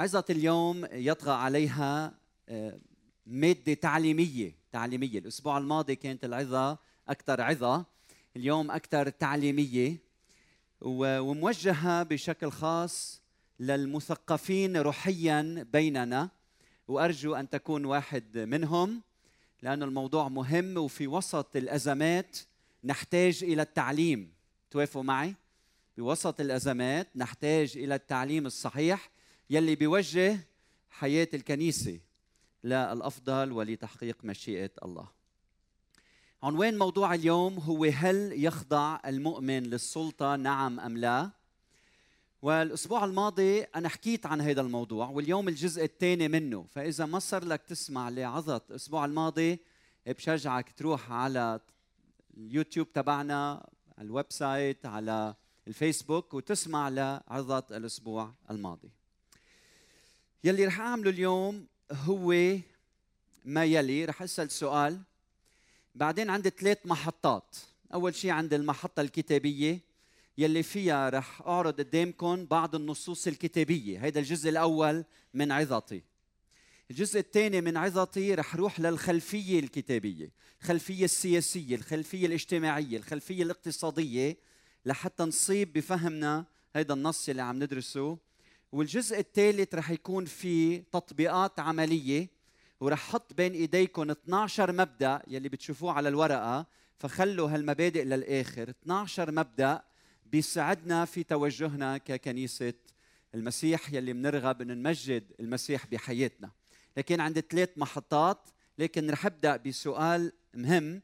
عظة اليوم يطغى عليها مادة تعليمية. الأسبوع الماضي كانت العظة أكثر عظة، اليوم أكثر تعليمية وموجهة بشكل خاص للمثقفين روحيا بيننا، وأرجو أن تكون واحد منهم، لأن الموضوع مهم. وفي وسط الأزمات نحتاج إلى التعليم. توافقوا معي؟ بوسط الأزمات نحتاج إلى التعليم الصحيح يلي بيوجه حياة الكنيسة للأفضل ولتحقيق مشيئة الله. عنوان موضوع اليوم هو: هل يخضع المؤمن للسلطة، نعم أم لا؟ والأسبوع الماضي أنا حكيت عن هذا الموضوع، واليوم الجزء الثاني منه. فإذا ما صار لك تسمع لعظة الأسبوع الماضي، بشجعك تروح على اليوتيوب تبعنا، على الويب سايت، على الفيسبوك، وتسمع لعظة الأسبوع الماضي. يلي رح أعمله اليوم هو ما يلي: رح أسأل سؤال، بعدين عندي 3 محطات. أول شيء عند المحطة الكتابية يلي فيها رح أعرض قدامكم بعض النصوص الكتابية. هذا الجزء الأول من عظتي. الجزء الثاني من عظتي رح روح للخلفية الكتابية، الخلفية السياسية، الخلفية الاجتماعية، الخلفية الاقتصادية، لحتى نصيب بفهمنا هذا النص اللي عم ندرسه. والجزء الثالث رح يكون فيه تطبيقات عملية، ورح حط بين ايديكم 12 مبدأ يلي بتشوفوه على الورقة، فخلوا هالمبادئ للآخر. 12 مبدأ بيساعدنا في توجهنا ككنيسة المسيح يلي منرغب أن نمجد المسيح بحياتنا. لكن عندي 3 محطات، لكن رح أبدأ بسؤال مهم.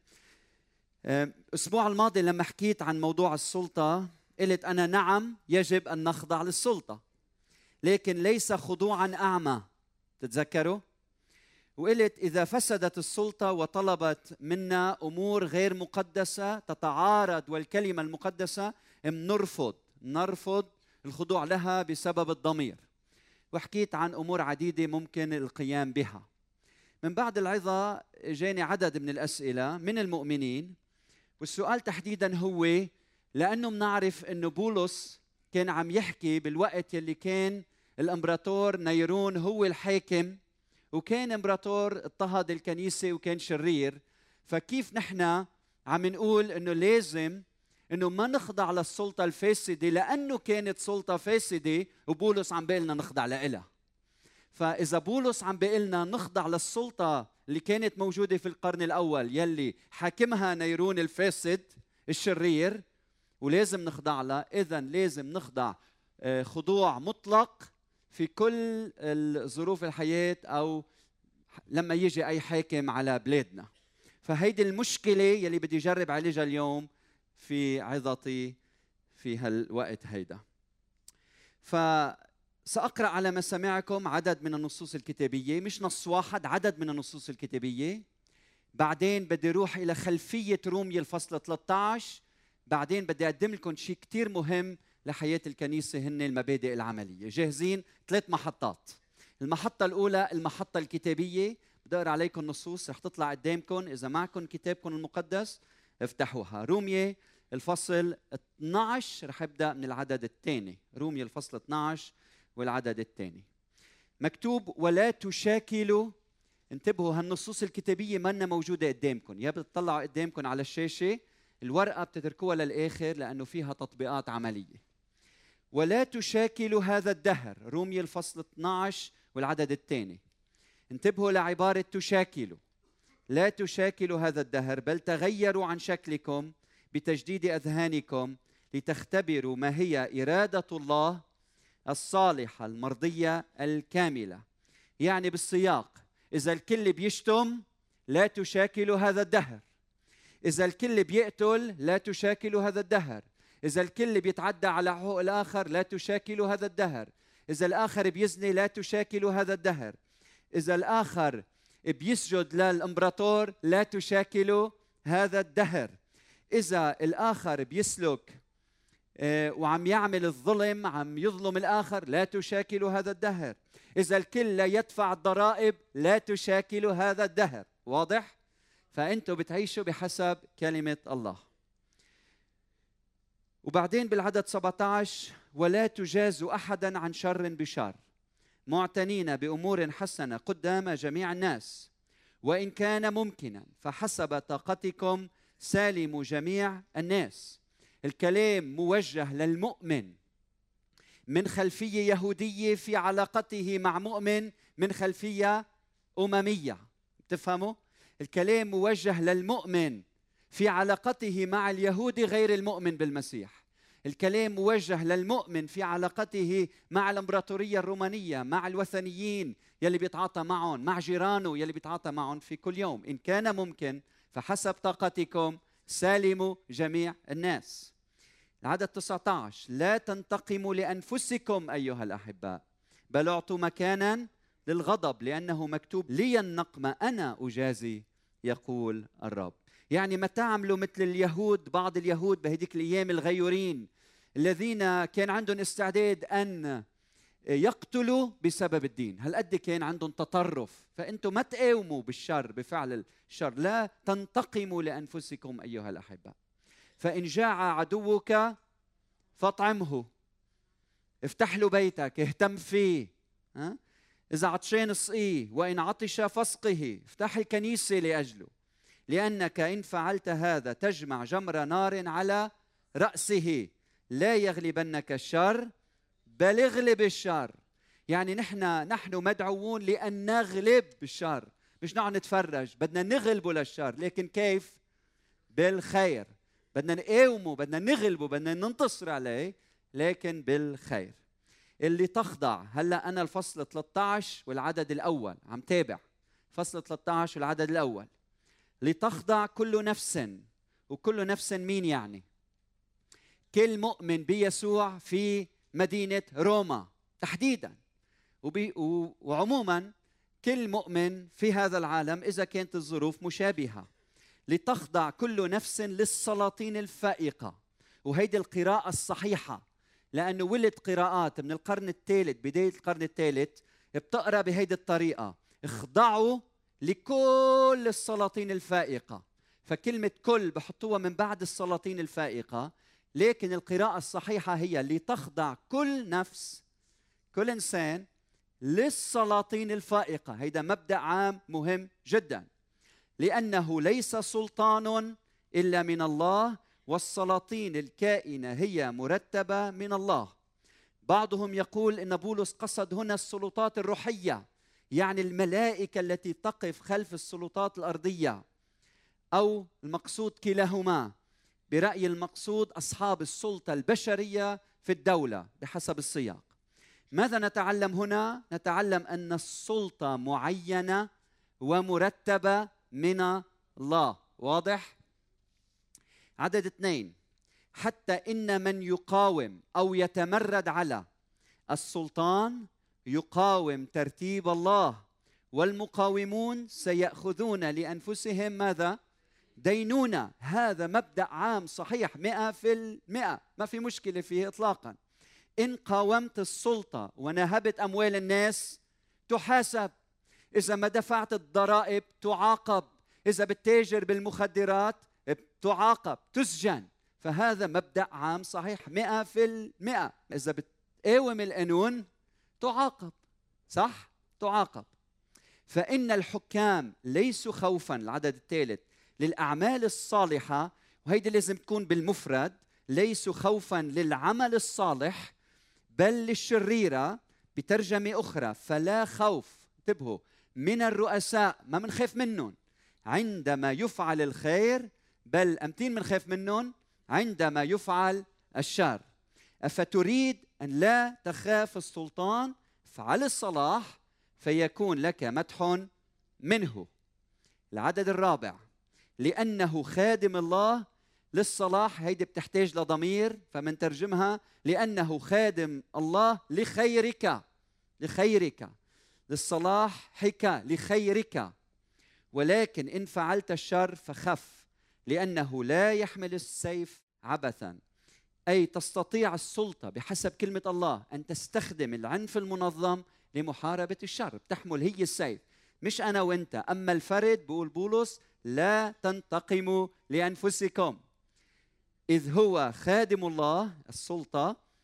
الأسبوع الماضي لما حكيت عن موضوع السلطة قلت أنا نعم يجب أن نخضع للسلطة، لكن ليس خضوعا أعمى، تتذكروا؟ وقلت إذا فسدت السلطة وطلبت منا أمور غير مقدسة تتعارض والكلمة المقدسة، نرفض الخضوع لها بسبب الضمير. وحكيت عن أمور عديدة ممكن القيام بها. من بعد العظة جاني عدد من الأسئلة من المؤمنين، والسؤال تحديدا هو: لأنه منعرف أنه بولس كان عم يحكي بالوقت يلي كان الإمبراطور نيرون هو الحاكم، وكان إمبراطور اضطهد الكنيسة وكان شرير، فكيف نحن عم نقول أنه لازم أنه ما نخضع للسلطة الفاسدة لأنه كانت سلطة فاسدة وبولس عم بيقلنا نخضع لها؟ فإذا بولس عم بيقلنا نخضع للسلطة اللي كانت موجودة في القرن الأول يلي حاكمها نيرون الفاسد الشرير ولازم نخضع لها، إذن لازم نخضع خضوع مطلق في كل ظروف الحياة أو لما يجي أي حاكم على بلادنا. فهيدي المشكلة يلي بدي جرب عالجها اليوم في عظتي في هالوقت هيدا. فسأقرأ على مسامعكم عدد من النصوص الكتابية، مش نص واحد، عدد من النصوص الكتابية. بعدين بدي روح إلى خلفية رومية الفصل 13. بعدين بدي أقدم لكم شيء كتير مهم لحياة الكنيسة، هن المبادئ العملية. جاهزين؟ 3 محطات. المحطة الأولى المحطة الكتابية، بدي أقرأ عليكم نصوص رح تطلع قدامكم. إذا معكم كتابكم المقدس افتحوها. رومية الفصل 12 رح أبدأ من العدد الثاني. رومية الفصل 12 والعدد الثاني مكتوب: ولا تشاكلوا. انتبهوا، هالنصوص الكتابية منا موجودة قدامكم، يا بتطلعوا قدامكم على الشاشة، الورقة بتتركوها للآخر لأنه فيها تطبيقات عملية. ولا تشاكلوا هذا الدهر. رومية الفصل 12 والعدد الثاني. انتبهوا لعبارة تشاكلوا. لا تشاكلوا هذا الدهر، بل تغيروا عن شكلكم بتجديد أذهانكم لتختبروا ما هي إرادة الله الصالحة المرضية الكاملة. يعني بالسياق، إذا الكل بيشتم لا تشاكلوا هذا الدهر، إذا الكل بيقتل لا تشاكلوا هذا الدهر، إذا الكل بيتعدى على حقوق الآخر لا تشاكلوا هذا الدهر، إذا الآخر بيزني لا تشاكلوا هذا الدهر، إذا الآخر بيسجد للإمبراطور لا تشاكلوا هذا الدهر، إذا الآخر بيسلك وعم يعمل الظلم، عم يظلم الآخر لا تشاكلوا هذا الدهر، إذا الكل لا يدفع الضرائب لا تشاكلوا هذا الدهر. واضح؟ فأنتوا بتعيشوا بحسب كلمة الله. وبعدين بالعدد 17: ولا تجازوا أحدا عن شر بشر. معتنين بأمور حسنة قدام جميع الناس، وإن كان ممكنا فحسب طاقتكم سالموا جميع الناس. الكلام موجه للمؤمن من خلفية يهودية في علاقته مع مؤمن من خلفية أممية. تفهموا؟ الكلام موجه للمؤمن في علاقته مع اليهودي غير المؤمن بالمسيح. الكلام موجه للمؤمن في علاقته مع الإمبراطورية الرومانية، مع الوثنيين يلي بيتعاطى معهم، مع جيرانه يلي بيتعاطى معهم في كل يوم. إن كان ممكن فحسب طاقتكم سالموا جميع الناس. العدد 19: لا تنتقموا لأنفسكم أيها الأحباء، بل اعطوا مكانا للغضب، لأنه مكتوب لي النقم أنا أجازي يقول الرب. يعني ما تعملوا مثل اليهود، بعض اليهود بهديك الأيام الغيورين الذين كان عندهم استعداد أن يقتلوا بسبب الدين. هالقد كان عندهم تطرف. فأنتم ما تقاوموا بالشر بفعل الشر، لا تنتقموا لأنفسكم أيها الأحباء. فإن جاع عدوك فاطعمه، افتح له بيتك، اهتم فيه. إذا عطشان اسقيه، وإن عطش فاسقه، افتح الكنيسة لأجله، لأنك إن فعلت هذا تجمع جمر نار على رأسه. لا يغلبنك الشر بل اغلب الشر. يعني نحن مدعوون لأن نغلب الشر، مش نقعد نتفرج، بدنا نغلبه للشر. لكن كيف؟ بالخير. بدنا نقاومه، بدنا نغلبه، بدنا ننتصر عليه، لكن بالخير. اللي تخضع. هلا أنا الفصل 13 والعدد الأول عم تابع، فصل 13 والعدد الأول. لتخضع كل نفس. وكل نفس مين يعني؟ كل مؤمن بيسوع في مدينة روما تحديدا، وعموما كل مؤمن في هذا العالم إذا كانت الظروف مشابهة. لتخضع كل نفس للسلاطين الفائقة. وهيدي القراءة الصحيحة، لأنه ولد قراءات من القرن الثالث، بداية القرن الثالث بتقرأ بهيدي الطريقة: اخضعوا لكل السلاطين الفائقة. فكلمة كل بحطوها من بعد السلاطين الفائقة، لكن القراءة الصحيحة هي لتخضع كل نفس، كل إنسان للسلاطين الفائقة. هيدا مبدأ عام مهم جدا، لأنه ليس سلطان إلا من الله، والسلاطين الكائنة هي مرتبة من الله. بعضهم يقول إن بولس قصد هنا السلطات الروحية، يعني الملائكة التي تقف خلف السلطات الأرضية، أو المقصود كلاهما. برأي المقصود أصحاب السلطة البشرية في الدولة بحسب السياق. ماذا نتعلم هنا؟ نتعلم أن السلطة معينة ومرتبة من الله. واضح؟ عدد 2: حتى إن من يقاوم أو يتمرد على السلطان يقاوم ترتيب الله، والمقاومون سيأخذون لأنفسهم ماذا؟ دينونة. هذا مبدأ عام صحيح 100%، ما في مشكلة فيه إطلاقا. إن قاومت السلطة ونهبت أموال الناس تحاسب، إذا ما دفعت الضرائب تعاقب، إذا بتتاجر بالمخدرات تعاقب، تسجن. فهذا مبدأ عام صحيح 100%. إذا بتقاوم القانون تعاقب، صح؟ تعاقب. فإن الحكام ليسوا خوفا، العدد الثالث، للأعمال الصالحة، وهيدي لازم تكون بالمفرد، ليسوا خوفا للعمل الصالح بل للشريرة. بترجمة أخرى: فلا خوف، انتبهوا، من الرؤساء، ما منخاف منهم عندما يفعل الخير، بل أمتين منخاف منهم عندما يفعل الشر. أفتريد أن لا تخاف السلطان؟ افعل الصلاح فيكون لك مدح منه. العدد الرابع: لأنه خادم الله للصلاح. هيدي بتحتاج لضمير، فمنترجمها: لأنه خادم الله لخيرك. لخيرك، للصلاح حكا لخيرك. ولكن إن فعلت الشر فخف، لأنه لا يحمل السيف عبثا. أي تستطيع السلطة بحسب كلمة الله أن تستخدم العنف المنظم لمحاربة الشر. بتحمل هي السيف، مش أنا وإنت. أما الفرد، بقول بولس: لا تنتقموا لأنفسكم، إذ هو خادم الله، السلطة،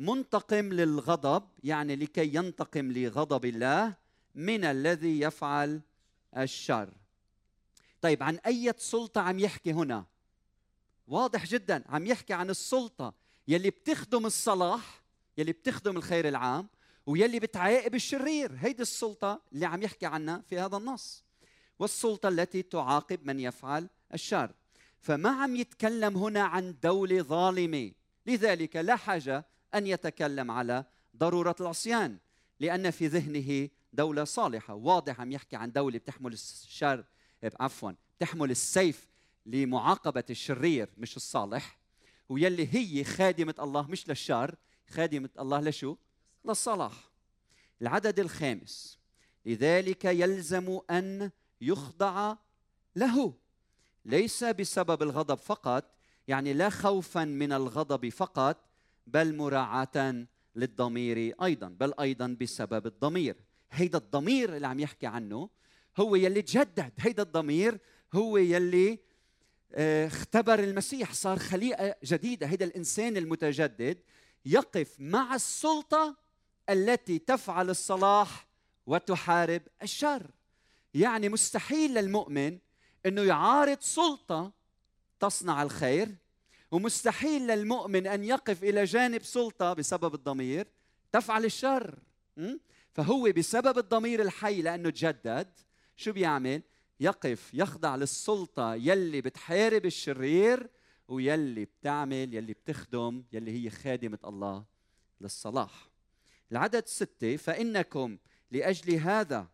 منتقم للغضب، يعني لكي ينتقم لغضب الله من الذي يفعل الشر. طيب عن أي سلطة عم يحكي هنا؟ واضح جدا، عم يحكي عن السلطة يلي بتخدم الصلاح، يلي بتخدم الخير العام، ويلي بتعاقب الشرير. هيدي السلطة اللي عم يحكي عنها في هذا النص، والسلطة التي تعاقب من يفعل الشر. فما عم يتكلم هنا عن دولة ظالمة، لذلك لا حاجة أن يتكلم على ضرورة العصيان، لأن في ذهنه دولة صالحة. واضح عم يحكي عن دولة بتحمل الشر، بتحمل السيف لمعاقبة الشرير مش الصالح، ويلي هي خادمة الله مش للشر، خادمة الله لشو؟ للصلاح. العدد الخامس: لذلك يلزم أن يخضع له، ليس بسبب الغضب فقط، يعني لا خوفا من الغضب فقط، بل مراعاة للضمير أيضا، بل أيضا بسبب الضمير. هيدا الضمير اللي عم يحكي عنه هو يلي تجدد، هيدا الضمير هو يلي اختبر المسيح، صار خليقة جديدة. هيدا الإنسان المتجدد يقف مع السلطة التي تفعل الصلاح وتحارب الشر. يعني مستحيل للمؤمن أنه يعارض سلطة تصنع الخير، ومستحيل للمؤمن أن يقف إلى جانب سلطة بسبب الضمير تفعل الشر. فهو بسبب الضمير الحي لأنه تجدد شو بيعمل؟ يقف يخضع للسلطة يلي بتحارب الشرير، ويلي بتعمل يلي بتخدم يلي هي خادمة الله للصلاح. العدد 6: فإنكم لأجل هذا.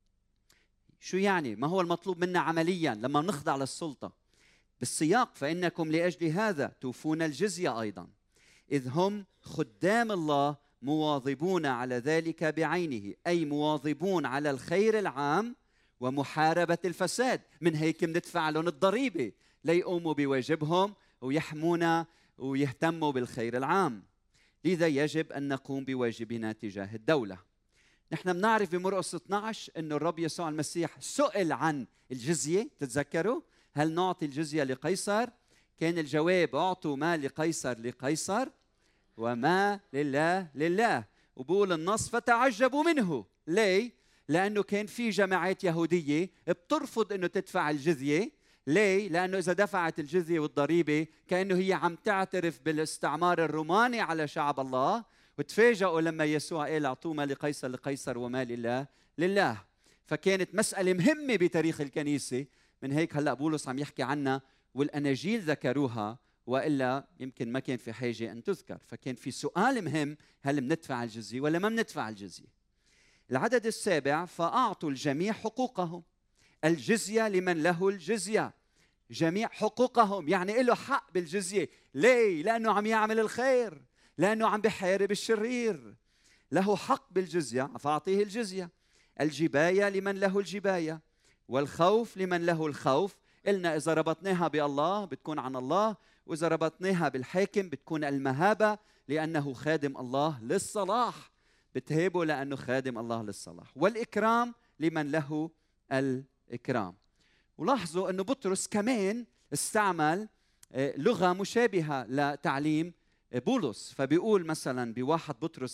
شو يعني؟ ما هو المطلوب منا عمليا لما نخضع للسلطة؟ بالسياق: فإنكم لأجل هذا توفون الجزية أيضا، إذ هم خدام الله مواظبون على ذلك بعينه، أي مواظبون على الخير العام ومحاربة الفساد. من هيك بندفع لهم الضريبة ليقوموا بواجبهم ويحمونا ويهتموا بالخير العام. لذا يجب أن نقوم بواجبنا تجاه الدولة. نحن بنعرف بمرقس 12 أنه الرب يسوع المسيح سئل عن الجزية، تتذكروا؟ هل نعطي الجزية لقيصر؟ كان الجواب: أعطوا ما لقيصر لقيصر وما لله لله. وبقول النص: فتعجبوا منه. ليه؟ لأنه كان في جماعات يهودية بترفض أنه تدفع الجزية. ليه؟ لأنه إذا دفعت الجزية والضريبة كأنه هي عم تعترف بالاستعمار الروماني على شعب الله. وتفاجئوا لما يسوع قال: أعطوا ما لقيصر لقيصر وما لله لله. فكانت مسألة مهمة بتاريخ الكنيسة. من هيك هلأ بولس عم يحكي عنها، والأناجيل ذكروها، وإلا يمكن ما كان في حاجة أن تذكر. فكان في سؤال مهم: هل بندفع الجزية ولا ما بندفع الجزية؟ العدد 7: فأعطوا الجميع حقوقهم. الجزية لمن له الجزية، جميع حقوقهم، يعني له حق بالجزية. ليه؟ لأنه عم يعمل الخير، لأنه عم بحارب الشرير، له حق بالجزية، فأعطيه الجزية. الجباية لمن له الجباية، والخوف لمن له الخوف. قلنا إذا ربطناها بالله بتكون عن الله، وإذا ربطناها بالحاكم بتكون المهابة، لأنه خادم الله للصلاح، بتهيبه لأنه خادم الله للصلاح. والإكرام لمن له الإكرام. ولاحظوا أنه بطرس كمان استعمل لغة مشابهة لتعليم بولس. فبيقول مثلا بواحد بطرس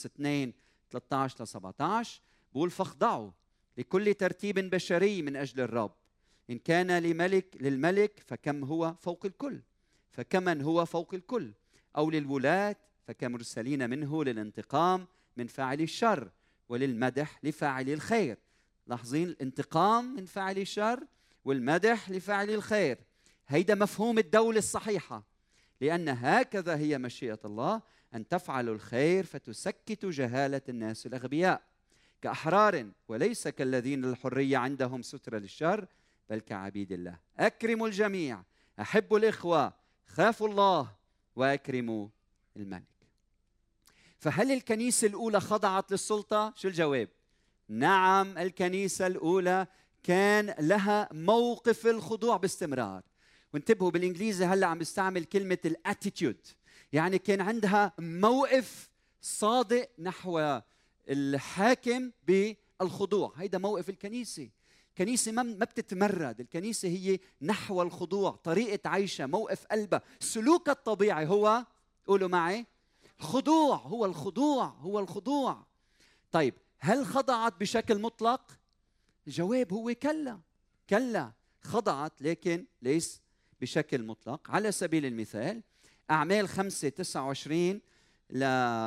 2:13-17 بيقول: فاخضعوا لكل ترتيب بشري من أجل الرب، إن كان للملك فكم هو فوق الكل، فكمن هو فوق الكل، أو للولاة فكمرسلين منه للانتقام من فاعل الشر، وللمدح لفاعل الخير. لاحظين الانتقام من فاعل الشر والمدح لفاعل الخير. هيدا مفهوم الدولة الصحيحة، لأن هكذا هي مشيئة الله، أن تفعلوا الخير فتسكتوا جهالة الناس الأغبياء، كأحرار وليس كالذين الحرية عندهم سترة للشر، بل كعبيد الله. أكرموا الجميع، أحبوا الإخوة، خافوا الله، وأكرموا الملك. فهل الكنيسة الأولى خضعت للسلطة؟ شو الجواب؟ نعم، الكنيسة الأولى كان لها موقف الخضوع باستمرار. وانتبهوا بالإنجليزي هلأ عم بستعمل كلمة الاتيتيود، يعني كان عندها موقف صادق نحو الحاكم بالخضوع. هيدا موقف الكنيسة. الكنيسة ما بتتمرد، الكنيسة هي نحو الخضوع، طريقة عيشها، موقف قلبها، سلوكها الطبيعي هو، قولوا معي، خضوع، هو الخضوع، هو الخضوع. طيب هل خضعت بشكل مطلق؟ الجواب هو كلا، كلا، خضعت لكن ليس بشكل مطلق. على سبيل المثال أعمال 5:29 ل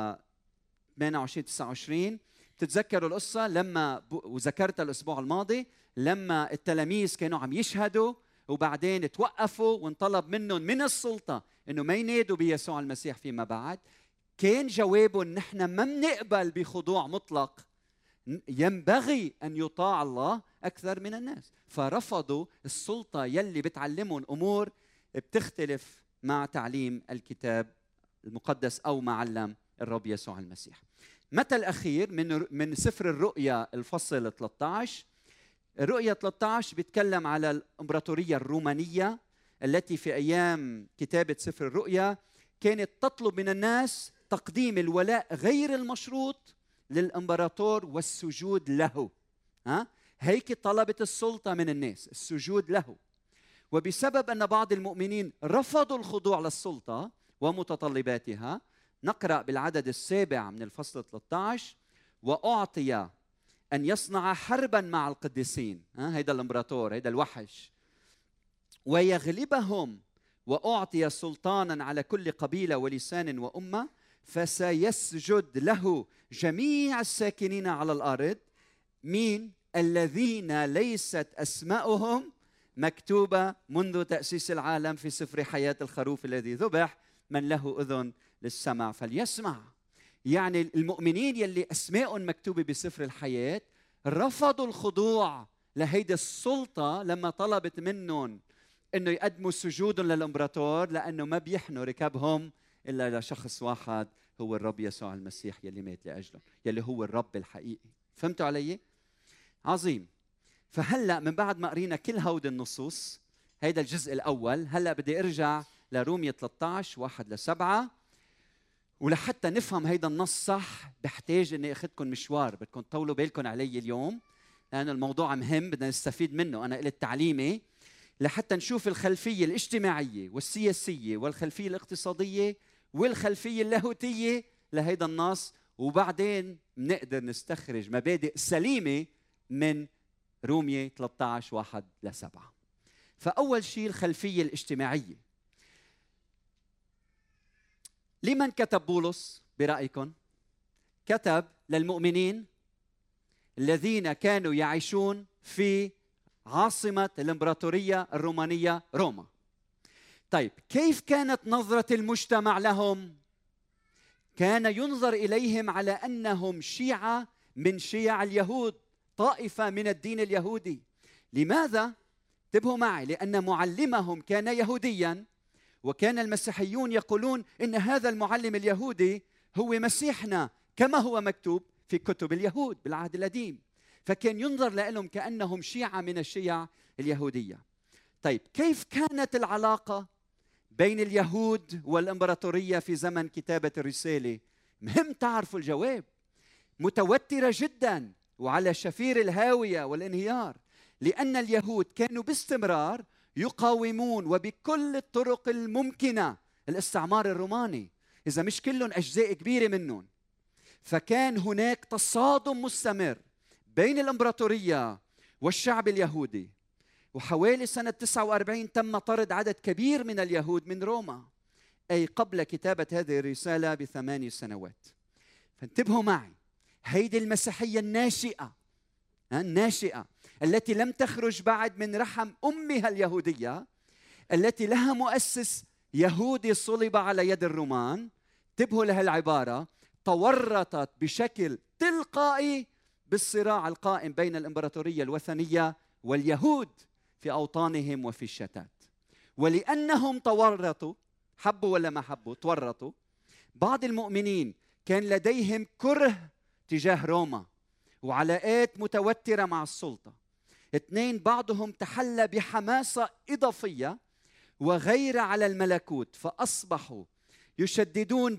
28-29، بتتذكروا القصة لما وذكرتها الأسبوع الماضي، لما التلاميذ كانوا عم يشهدوا وبعدين توقفوا وانطلب منهم من السلطة إنه ما ينادوا بيسوع المسيح فيما بعد. كان جوابهم نحن ما بنقبل بخضوع مطلق، ينبغي أن يطاع الله أكثر من الناس. فرفضوا السلطة يلي بتعلمهم أمور بتختلف مع تعليم الكتاب المقدس أو مع علم الرب يسوع المسيح. متى الأخير من سفر الرؤيا الفصل 13. الرؤيا 13 بيتكلم على الإمبراطورية الرومانية التي في أيام كتابة سفر الرؤيا كانت تطلب من الناس تقديم الولاء غير المشروط للإمبراطور والسجود له. هيك طلبت السلطة من الناس، السجود له. وبسبب أن بعض المؤمنين رفضوا الخضوع للسلطة ومتطلباتها، نقرأ بالعدد 7 من الفصل 13: وأعطي أن يصنع حربا مع القديسين، هيدا الإمبراطور، هيدا الوحش، ويغلبهم، وأعطي سلطانا على كل قبيلة ولسان وأمة، فسيسجد له جميع الساكنين على الأرض. مين؟ الذين ليست أسماؤهم مكتوبة منذ تأسيس العالم في سفر حياة الخروف الذي ذبح. من له أذن للسمع فليسمع. يعني المؤمنين يلي أسماءهم مكتوبة بسفر الحياة رفضوا الخضوع لهيدي السلطة لما طلبت منهم إنه يقدموا سجودهم للإمبراطور، لأنه ما بيحنوا ركابهم إلا لشخص واحد، هو الرب يسوع المسيح يلي مات لأجله، يلي هو الرب الحقيقي. فهمتوا علي؟ عظيم. فهلأ من بعد ما قرينا كل هودي النصوص، هيدا الجزء الأول، هلأ بدي أرجع لرومية 13:1-7. ولحتى نفهم هيدا النص صح بحتاج اني اخذكم مشوار، بدكم تطولوا بالكم علي اليوم لأن الموضوع مهم، بدنا نستفيد منه. أنا قلت تعليمي لحتى نشوف الخلفية الاجتماعية والسياسية والخلفية الاقتصادية والخلفية اللاهوتية لهيدا النص، وبعدين نقدر نستخرج مبادئ سليمة من رومية 13:1-7. فأول شيء الخلفية الاجتماعية. لمن كتب بولس برأيكم؟ كتب للمؤمنين الذين كانوا يعيشون في عاصمة الإمبراطورية الرومانية روما. طيب كيف كانت نظرة المجتمع لهم؟ كان ينظر إليهم على أنهم شيعة من شيع اليهود، طائفة من الدين اليهودي. لماذا؟ انتبهوا معي، لأن معلمهم كان يهودياً، وكان المسيحيون يقولون إن هذا المعلم اليهودي هو مسيحنا كما هو مكتوب في كتب اليهود بالعهد القديم. فكان ينظر لهم كأنهم شيعة من الشيع اليهودية. طيب كيف كانت العلاقة بين اليهود والإمبراطورية في زمن كتابة الرسالة؟ مهم تعرفوا الجواب. متوترة جدا وعلى شفير الهاوية والانهيار، لأن اليهود كانوا باستمرار يقاومون وبكل الطرق الممكنة الاستعمار الروماني، إذا مش كلهم أجزاء كبيرة منهم. فكان هناك تصادم مستمر بين الإمبراطورية والشعب اليهودي. وحوالي سنة 49 تم طرد عدد كبير من اليهود من روما، أي قبل كتابة هذه الرسالة ب8 سنوات. فانتبهوا معي، هيدي المسيحية الناشئة التي لم تخرج بعد من رحم أمها اليهودية، التي لها مؤسس يهودي صلب على يد الرومان. انتبهوا لهالعبارة: تورطت بشكل تلقائي بالصراع القائم بين الإمبراطورية الوثنية واليهود في أوطانهم وفي الشتات. ولأنهم تورطوا، حبوا ولا ما حبوا، تورطوا، بعض المؤمنين كان لديهم كره تجاه روما وعلاقات متوترة مع السلطة. 2، بعضهم تحلى بحماسة إضافية وغيرة على الملكوت، فأصبحوا يشددون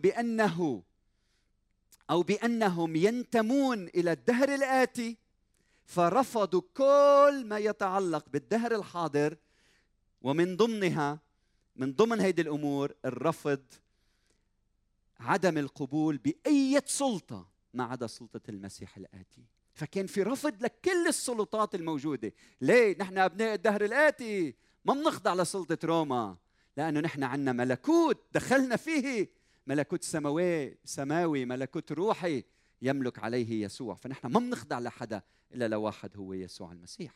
بأنهم ينتمون إلى الدهر الآتي، فرفضوا كل ما يتعلق بالدهر الحاضر. ومن ضمن هيدي الأمور الرفض عدم القبول بأي سلطة ما عدا سلطة المسيح الآتي. فكان في رفض لكل السلطات الموجودة. ليه؟ نحن أبناء الدهر الآتي ما بنخضع لسلطة روما، لأنه نحن عندنا ملكوت دخلنا فيه، ملكوت سماوي، ملكوت روحي يملك عليه يسوع. فنحن ما بنخضع لحدا إلا لواحد هو يسوع المسيح.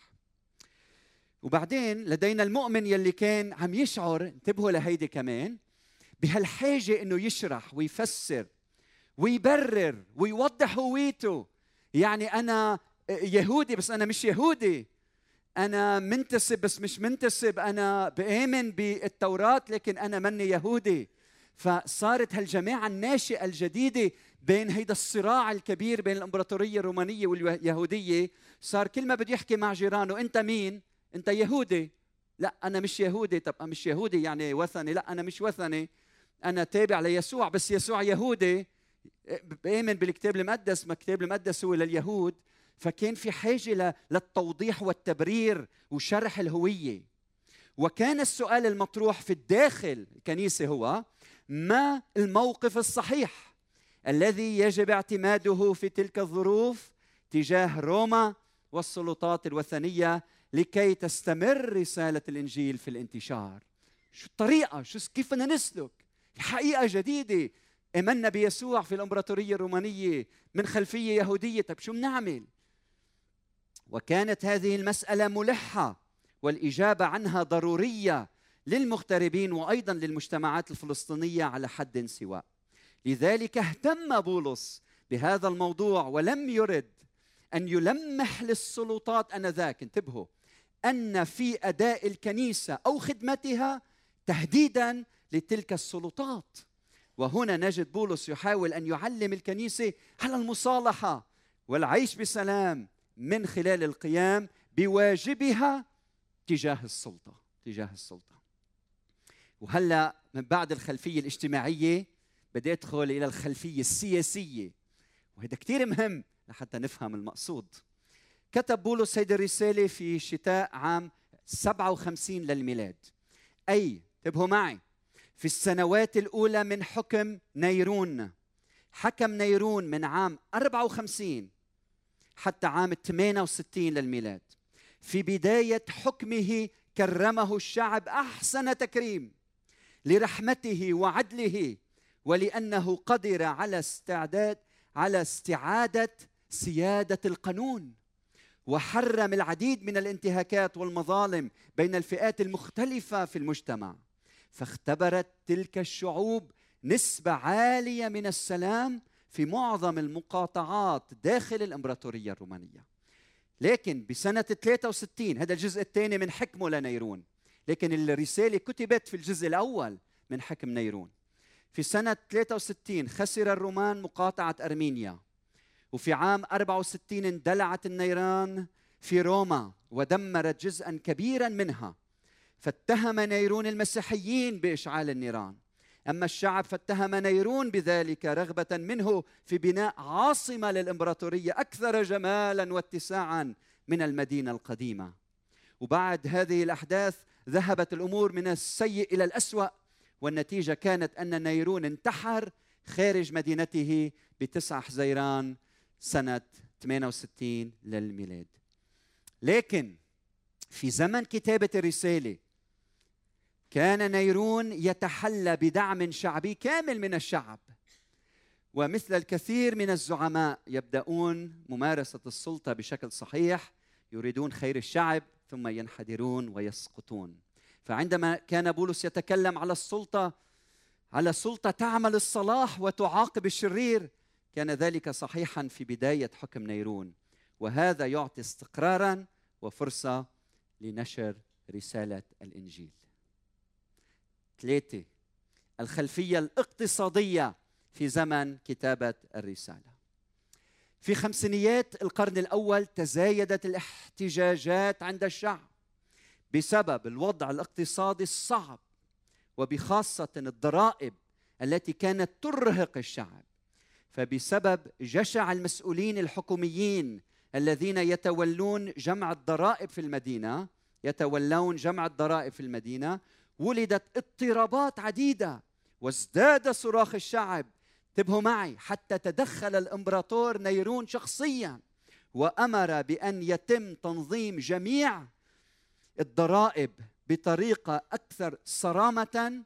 وبعدين لدينا المؤمن يلي كان عم يشعر، انتبهوا لهيدي كمان، بهالحاجة إنه يشرح ويفسر ويبرر ويوضح هويته. يعني أنا يهودي بس أنا مش يهودي، أنا منتسب بس مش منتسب، أنا بآمن بالتوراة لكن أنا مني يهودي. فصارت هالجماعة الناشئة الجديدة بين هيدا الصراع الكبير بين الإمبراطورية الرومانية واليهودية. صار كل ما بده يحكي مع جيرانه، أنت مين؟ أنت يهودي؟ لا أنا مش يهودي. طب مش يهودي يعني وثني؟ لا أنا مش وثني، أنا تابع ليسوع، بس يسوع يهودي بآمن بالكتاب المقدس، ما الكتاب المقدس هو لليهود. فكان في حاجة للتوضيح والتبرير وشرح الهوية. وكان السؤال المطروح في الداخل الكنيسة هو: ما الموقف الصحيح الذي يجب اعتماده في تلك الظروف تجاه روما والسلطات الوثنية لكي تستمر رسالة الإنجيل في الانتشار؟ شو الطريقة؟ كيف بدنا نسلك؟ حقيقة جديدة، آمنا بيسوع في الإمبراطورية الرومانية من خلفية يهودية، طيب شو بنعمل؟ وكانت هذه المسألة ملحة والإجابة عنها ضرورية للمغتربين وأيضا للمجتمعات الفلسطينية على حد سواء. لذلك اهتم بولس بهذا الموضوع ولم يرد أن يلمح للسلطات آنذاك، انتبهوا، أن في أداء الكنيسة أو خدمتها تهديدا لتلك السلطات. وهنا نجد بولس يحاول أن يعلم الكنيسة على المصالحة والعيش بسلام من خلال القيام بواجبها تجاه السلطة. وهلأ من بعد الخلفية الاجتماعية بدي أدخل إلى الخلفية السياسية، وهذا كتير مهم لحتى نفهم المقصود. كتب بولس هذه الرسالة في شتاء عام 57 للميلاد، أي انتبهوا معي في السنوات الأولى من حكم نيرون. حكم نيرون من عام 54 حتى عام 68 للميلاد. في بداية حكمه كرمه الشعب أحسن تكريم لرحمته وعدله، ولأنه قدر على استعادة سيادة القانون، وحرم العديد من الانتهاكات والمظالم بين الفئات المختلفة في المجتمع. فاختبرت تلك الشعوب نسبة عالية من السلام في معظم المقاطعات داخل الإمبراطورية الرومانية. لكن بسنة 63، هذا الجزء الثاني من حكمه لنيرون، لكن الرسالة كتبت في الجزء الأول من حكم نيرون. في سنة 63 خسر الرومان مقاطعة أرمينيا، وفي عام 64 اندلعت النيران في روما ودمرت جزءا كبيرا منها. فاتهم نيرون المسيحيين بإشعال النيران، أما الشعب فاتهم نيرون بذلك رغبة منه في بناء عاصمة للإمبراطورية أكثر جمالا واتساعا من المدينة القديمة. وبعد هذه الأحداث ذهبت الأمور من السيء إلى الأسوأ، والنتيجة كانت أن نيرون انتحر خارج مدينته ب9 حزيران سنة 68 للميلاد. لكن في زمن كتابة الرسالة كان نيرون يتحلى بدعم شعبي كامل من الشعب، ومثل الكثير من الزعماء يبدأون ممارسة السلطة بشكل صحيح، يريدون خير الشعب ثم ينحدرون ويسقطون. فعندما كان بولس يتكلم على سلطة تعمل الصلاح وتعاقب الشرير، كان ذلك صحيحا في بداية حكم نيرون، وهذا يعطي استقرارا وفرصة لنشر رسالة الإنجيل. 3. الخلفية الاقتصادية في زمن كتابة الرسالة. في خمسينيات القرن الأول تزايدت الاحتجاجات عند الشعب بسبب الوضع الاقتصادي الصعب، وبخاصة الضرائب التي كانت ترهق الشعب. فبسبب جشع المسؤولين الحكوميين الذين يتولون جمع الضرائب في المدينة ولدت اضطرابات عديدة، وازداد صراخ الشعب انتبهوا معي، حتى تدخل الإمبراطور نيرون شخصيا وأمر بأن يتم تنظيم جميع الضرائب بطريقة أكثر صرامة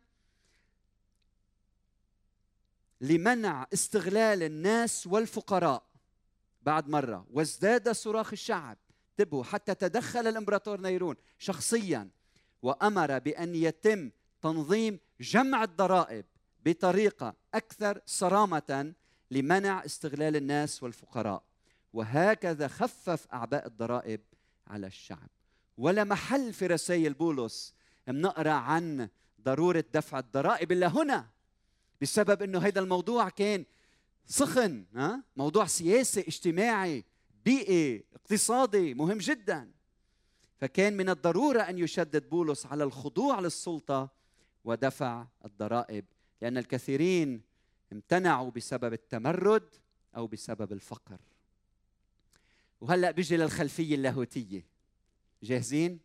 لمنع استغلال الناس والفقراء. بعد مرة، وازداد صراخ الشعب، انتبهوا، حتى تدخل الإمبراطور نيرون شخصيا وأمر بأن يتم تنظيم جمع الضرائب بطريقة أكثر صرامة لمنع استغلال الناس والفقراء، وهكذا خفف أعباء الضرائب على الشعب. ولا محل في رسائل بولس بنقرأ عن ضرورة دفع الضرائب إلا هنا، بسبب أنه هذا الموضوع كان سخن، موضوع سياسي اجتماعي بيئي اقتصادي مهم جدا. فكان من الضرورة أن يشدد بولس على الخضوع للسلطة ودفع الضرائب، لأن الكثيرين امتنعوا بسبب التمرد أو بسبب الفقر. وهلأ بيجي للخلفية اللاهوتية. جاهزين؟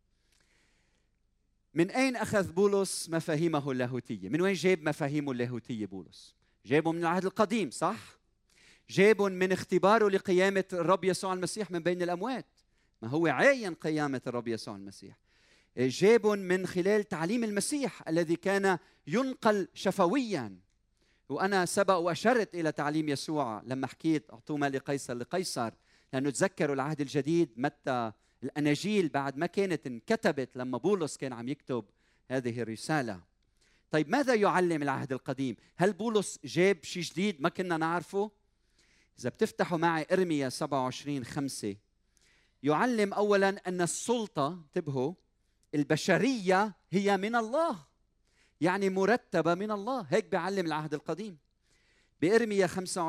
من أين أخذ بولس مفاهيمه اللاهوتية؟ من وين جاب مفاهيمه اللاهوتية بولس؟ جابه من العهد القديم، صح؟ جابه من اختباره لقيامة الرب يسوع المسيح من بين الأموات، ما هو عاين قيامة الرب يسوع المسيح. جابه من خلال تعليم المسيح الذي كان ينقل شفويا. وأنا سبق وأشرت إلى تعليم يسوع لما حكيت أعطوا ما لقيصر لقيصر، لأنه تذكروا العهد الجديد متى الأناجيل بعد ما كانت انكتبت لما بولس كان عم يكتب هذه الرسالة. طيب ماذا يعلم العهد القديم؟ هل بولس جاب شيء جديد ما كنا نعرفه؟ إذا بتفتحوا معي إرميا 27:5 يعلم أولا أن السلطة، انتبهوا، البشرية هي من الله، يعني مرتبة من الله. هيك بيعلم العهد القديم. بإرميا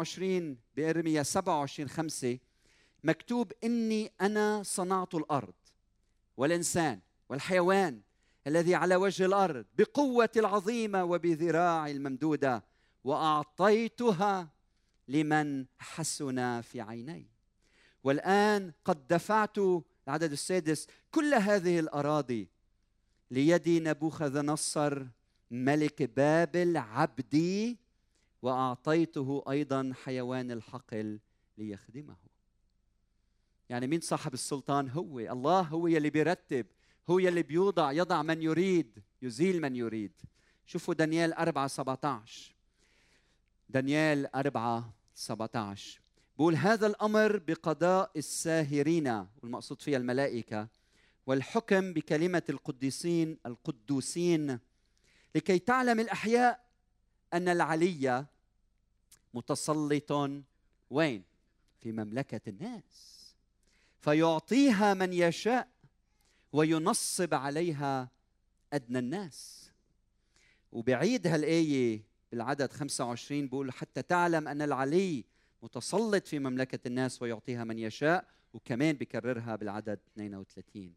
27:5 مكتوب إني أنا صنعت الأرض والإنسان والحيوان الذي على وجه الأرض بقوتي العظيمة وبذراعي الممدودة، وأعطيتها لمن حسن في عيني. والآن قد دفعت، العدد 6، كل هذه الأراضي ليد نبوخذ نصر ملك بابل عبدي، وأعطيته أيضا حيوان الحقل ليخدمه. يعني مين صاحب السلطان؟ هو الله، هو يلي بيرتب، هو يلي يضع من يريد، يزيل من يريد. شوفوا دانيال 4:17. دانيال 4:17 بقول هذا الأمر بقضاء الساهرين، والمقصود فيها الملائكة، والحكم بكلمة القدوسين لكي تعلم الأحياء أن العلي متسلط وين؟ في مملكة الناس، فيعطيها من يشاء وينصب عليها أدنى الناس. وبعيد هالآية بالعدد 25 بقول حتى تعلم أن العلي متسلط في مملكة الناس ويعطيها من يشاء، وكمان بكررها بالعدد 32،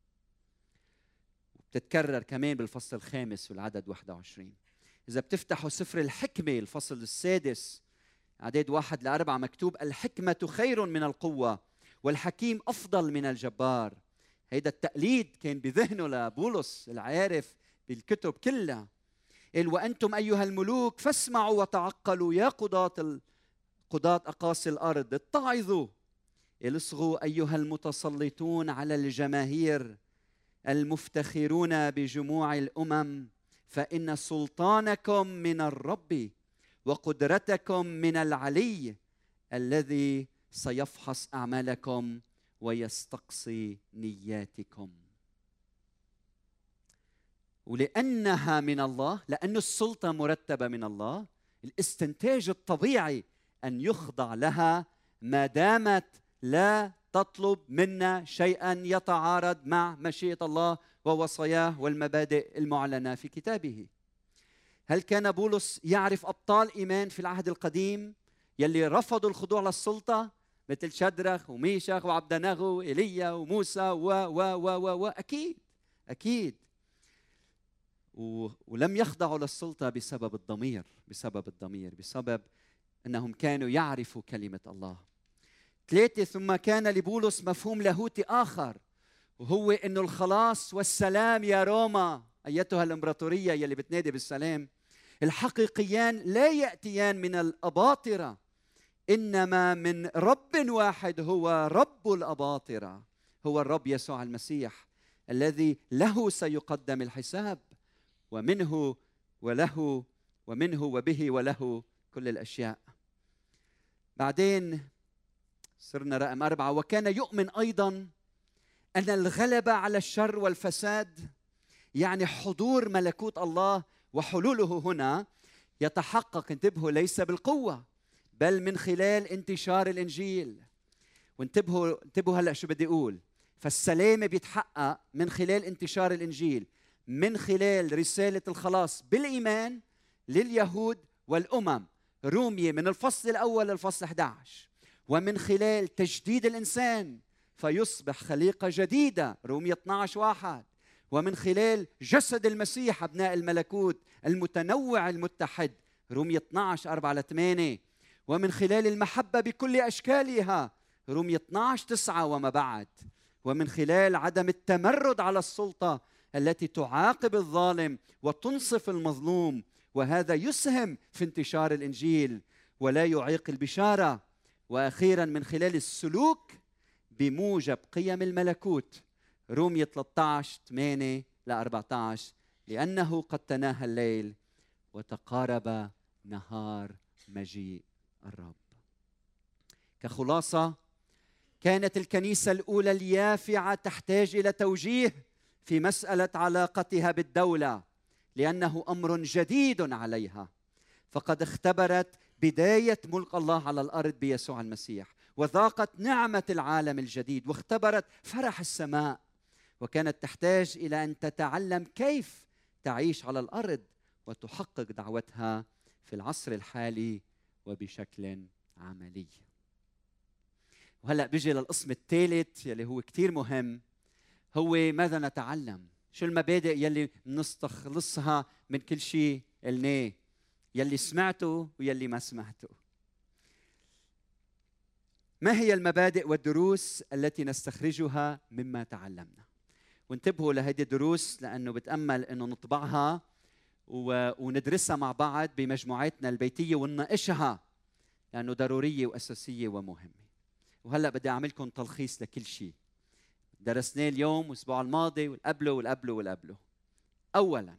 وبتتكرر كمان بالفصل 5 والعدد 21. إذا بتفتحوا سفر الحكمة الفصل 6 عدد 1-4 مكتوب الحكمة خير من القوة والحكيم أفضل من الجبار. هيدا التقليد كان بذهنه لبولس العارف بالكتب كلها. وأنتم أيها الملوك فاسمعوا وتعقلوا يا قضاة أقاصي الأرض، اتعظوا. اصغوا أيها المتسلطون على الجماهير المفتخرون بجموع الأمم، فإن سلطانكم من الرب وقدرتكم من العلي الذي سيفحص أعمالكم ويستقصي نياتكم. ولأنها من الله، لأن السلطة مرتبة من الله، الاستنتاج الطبيعي أن يخضع لها ما دامت لا تطلب منا شيئا يتعارض مع مشيئة الله ووصاياه والمبادئ المعلنة في كتابه. هل كان بولس يعرف أبطال إيمان في العهد القديم يلي رفضوا الخضوع للسلطة مثل شدرخ وميشخ وعبدناغو وإيليا وموسى و أكيد أكيد، ولم يخضعوا للسلطة بسبب الضمير، بسبب أنهم كانوا يعرفوا كلمة الله. 3 ثم كان لبولس مفهوم لاهوتي آخر، وهو أنه الخلاص والسلام يا روما أيتها الإمبراطورية يلي بتنادي بالسلام، الحقيقيان لا يأتيان من الأباطرة، إنما من رب واحد هو رب الأباطرة، هو الرب يسوع المسيح الذي له سيقدم الحساب، ومنه وله ومنه وبه وله كل الأشياء. بعدين صرنا رقم 4، وكان يؤمن أيضا أن الغلبة على الشر والفساد، يعني حضور ملكوت الله وحلوله هنا يتحقق، انتبهوا، ليس بالقوة بل من خلال انتشار الإنجيل. وانتبهوا هلأ شو بدي أقول. فالسلام بيتحقق من خلال انتشار الإنجيل، من خلال رسالة الخلاص بالإيمان لليهود والأمم، رومية من الفصل الأول للفصل 11، ومن خلال تجديد الإنسان فيصبح خليقة جديدة، رومية 12:1، ومن خلال جسد المسيح أبناء الملكوت المتنوع المتحد، رومية 12:4-8، ومن خلال المحبة بكل أشكالها، رومية 12:9 وما بعد، ومن خلال عدم التمرد على السلطة التي تعاقب الظالم وتنصف المظلوم، وهذا يسهم في انتشار الإنجيل ولا يعيق البشارة، وأخيرا من خلال السلوك بموجب قيم الملكوت، رومية 13:8-14، لأنه قد تناهى الليل وتقارب نهار مجيء الرب. كخلاصة، كانت الكنيسة الأولى اليافعة تحتاج إلى توجيه في مسألة علاقتها بالدولة، لأنه أمر جديد عليها، فقد اختبرت بداية ملك الله على الأرض بيسوع المسيح، وذاقت نعمة العالم الجديد، واختبرت فرح السماء، وكانت تحتاج إلى أن تتعلم كيف تعيش على الأرض وتحقق دعوتها في العصر الحالي وبشكل عملي. وهلأ بيجي للقسم الثالث يلي هو كتير مهم، هو ماذا نتعلم؟ شو المبادئ يلي نستخلصها من كل شيء قلناه، يلي سمعته ويلي ما سمعته؟ ما هي المبادئ والدروس التي نستخرجها مما تعلمنا؟ وانتبهوا لهذه الدروس لأنه بتأمل أنه نطبعها وندرسها مع بعض بمجموعاتنا البيتية ونناقشها، لأنه ضرورية وأساسية ومهمة. وهلأ بدي أعملكم تلخيص لكل شيء درسناه اليوم والأسبوع الماضي والقبله والقبله والقبله. أولاً،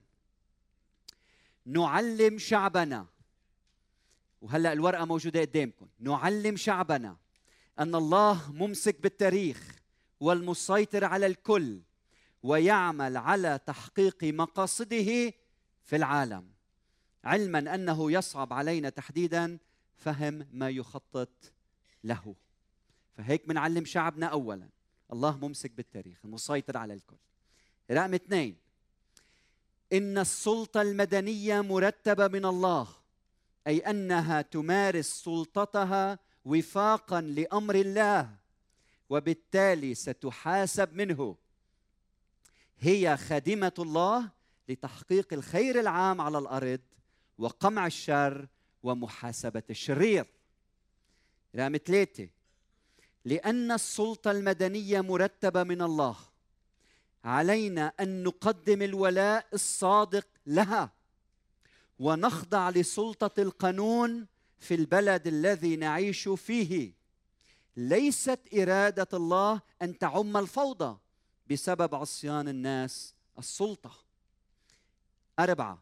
نعلم شعبنا، وهلأ الورقة موجودة قدامكم، نعلم شعبنا أن الله ممسك بالتاريخ والمسيطر على الكل، ويعمل على تحقيق مقاصده في العالم، علما أنه يصعب علينا تحديدا فهم ما يخطط له. فهيك بنعلم شعبنا أولا الله ممسك بالتاريخ المسيطر على الكل. رقم 2، إن السلطة المدنية مرتبة من الله، أي أنها تمارس سلطتها وفاقا لأمر الله، وبالتالي ستحاسب منه. هي خادمة الله لتحقيق الخير العام على الأرض وقمع الشر ومحاسبة الشرير. رقم 3، لأن السلطة المدنية مرتبة من الله، علينا أن نقدم الولاء الصادق لها ونخضع لسلطة القانون في البلد الذي نعيش فيه. ليست إرادة الله أن تعم الفوضى بسبب عصيان الناس السلطة. 4،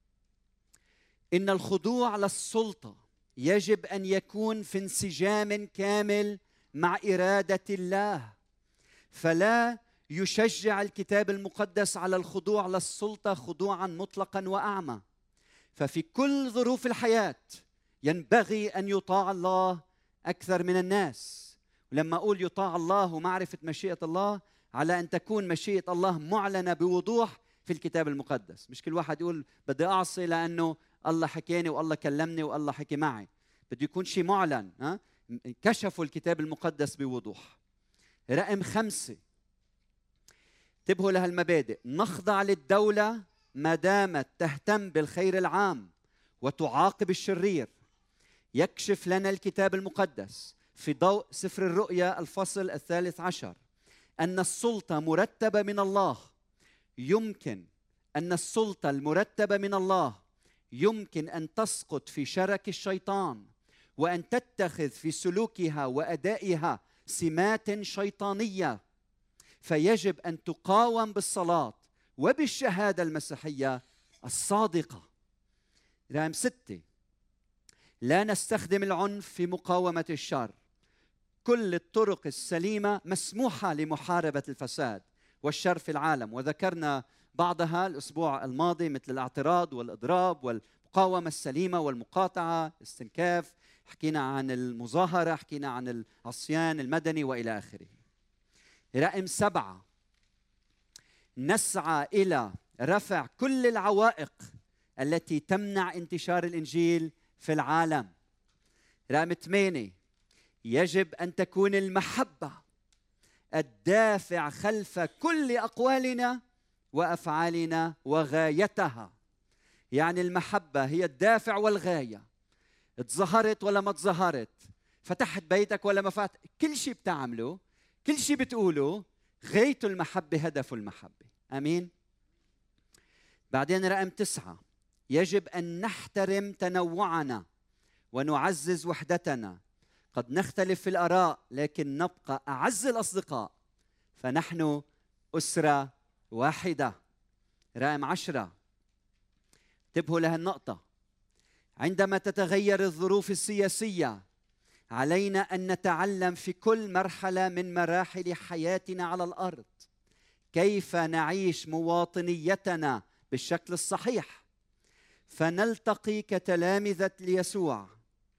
إن الخضوع للسلطة يجب أن يكون في انسجام كامل مع إرادة الله، فلا يشجع الكتاب المقدس على الخضوع للسلطة خضوعا مطلقا وأعمى. ففي كل ظروف الحياة ينبغي أن يطاع الله أكثر من الناس. ولما أقول يطاع الله ومعرفة مشيئة الله، على أن تكون مشيئة الله معلنة بوضوح في الكتاب المقدس، مش كل واحد يقول بدي أعصي لأنه الله حكيني والله كلمني والله حكي معي، بده يكون شيء معلن، كشفوا الكتاب المقدس بوضوح. رقم 5، انتبهوا لهالمبادئ، نخضع للدولة ما دامت تهتم بالخير العام وتعاقب الشرير. يكشف لنا الكتاب المقدس في ضوء سفر الرؤيا الفصل 13 أن السلطة مرتبة من الله. يمكن أن السلطة المرتبة من الله يمكن أن تسقط في شرك الشيطان وأن تتخذ في سلوكها وأدائها سمات شيطانية، فيجب أن تقاوم بالصلاة وبالشهادة المسيحية الصادقة. رقم 6، لا نستخدم العنف في مقاومة الشر. كل الطرق السليمة مسموحة لمحاربة الفساد والشر في العالم، وذكرنا بعضها الأسبوع الماضي، مثل الاعتراض والإضراب والمقاومة السليمة والمقاطعة، استنكاف، حكينا عن المظاهرة، حكينا عن العصيان المدني وإلى آخره. رقم 7، نسعى إلى رفع كل العوائق التي تمنع انتشار الإنجيل في العالم. رقم 8، يجب أن تكون المحبة الدافع خلف كل أقوالنا وأفعالنا وغايتها. يعني المحبة هي الدافع والغاية. تظهرت ولا ما تظهرت، فتحت بيتك ولا ما فتحت، كل شيء بتعمله، كل شيء بتقوله، غايته المحبة، هدفه المحبة. أمين. بعدين رقم 9، يجب أن نحترم تنوعنا ونعزز وحدتنا. قد نختلف في الآراء لكن نبقى أعز الأصدقاء، فنحن أسرة واحدة. رقم 10، انتبهوا لهالنقطة، عندما تتغير الظروف السياسية علينا أن نتعلم في كل مرحلة من مراحل حياتنا على الأرض كيف نعيش مواطنيتنا بالشكل الصحيح، فنلتقي كتلامذة ليسوع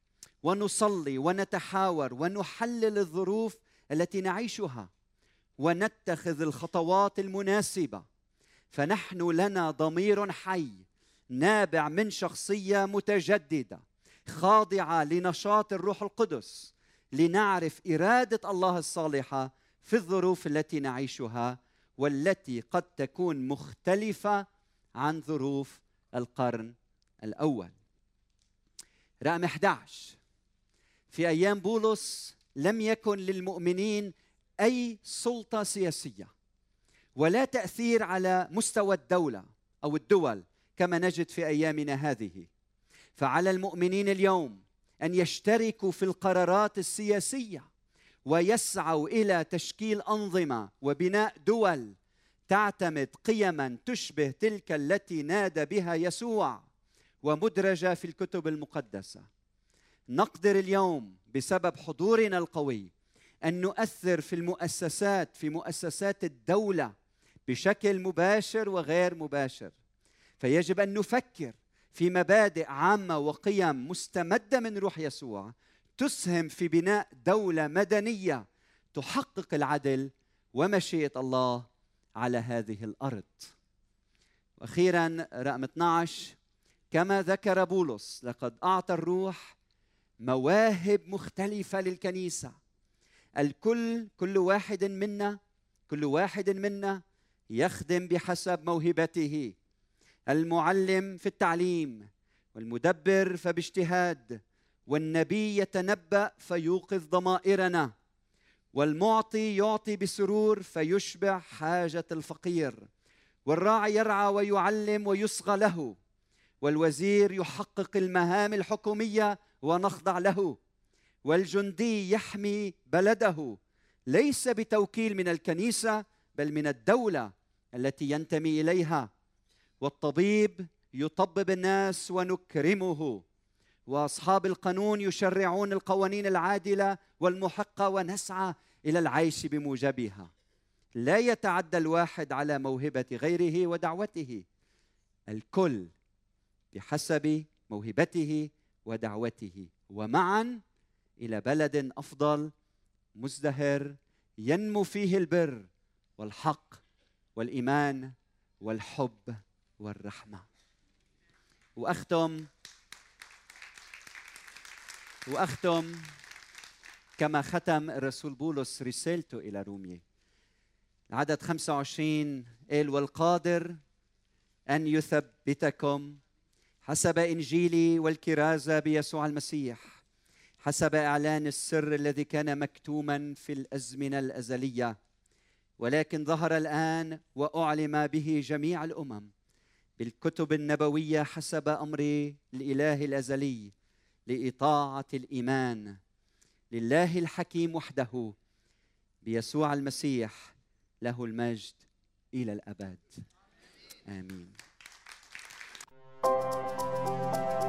ونصلي ونتحاور ونحلل الظروف التي نعيشها ونتخذ الخطوات المناسبة، فنحن لنا ضمير حي نابع من شخصية متجددة خاضعة لنشاط الروح القدس، لنعرف إرادة الله الصالحة في الظروف التي نعيشها والتي قد تكون مختلفة عن ظروف القرن الأول. رقم 11، في أيام بولس لم يكن للمؤمنين أي سلطة سياسية ولا تأثير على مستوى الدولة أو الدول كما نجد في أيامنا هذه. فعلى المؤمنين اليوم أن يشتركوا في القرارات السياسية ويسعوا إلى تشكيل أنظمة وبناء دول تعتمد قيما تشبه تلك التي نادى بها يسوع ومدرجة في الكتب المقدسة. نقدر اليوم بسبب حضورنا القوي أن نؤثر في المؤسسات، في مؤسسات الدولة بشكل مباشر وغير مباشر، فيجب أن نفكر في مبادئ عامة وقيم مستمدة من روح يسوع تسهم في بناء دولة مدنية تحقق العدل ومشيئة الله على هذه الأرض. وأخيراً رقم 12، كما ذكر بولس لقد أعطى الروح مواهب مختلفة للكنيسة. كل واحد منا يخدم بحسب موهبته. المعلم في التعليم، والمدبر فباجتهاد، والنبي يتنبأ فيوقظ ضمائرنا، والمعطي يعطي بسرور فيشبع حاجة الفقير، والراعي يرعى ويعلم ويصغى له، والوزير يحقق المهام الحكومية ونخضع له، والجندي يحمي بلده ليس بتوكيل من الكنيسة بل من الدولة التي ينتمي إليها، والطبيب يطبب الناس ونكرمه، وأصحاب القانون يشرعون القوانين العادلة والمحقة ونسعى إلى العيش بموجبها. لا يتعدى الواحد على موهبة غيره ودعوته، الكل بحسب موهبته ودعوته، ومعا إلى بلد أفضل مزدهر ينمو فيه البر والحق والإيمان والحب والرحمة. وأختم كما ختم الرسول بولس رسالته إلى رومية. عدد 25 قال: والقادر أن يثبتكم حسب إنجيلي والكرازة بيسوع المسيح، حسب إعلان السر الذي كان مكتوما في الأزمنة الأزلية، ولكن ظهر الآن وأعلم به جميع الأمم، بالكتب النبوية حسب أمر الإله الأزلي لإطاعة الإيمان لله الحكيم وحده بيسوع المسيح، له المجد إلى الأبد. آمين.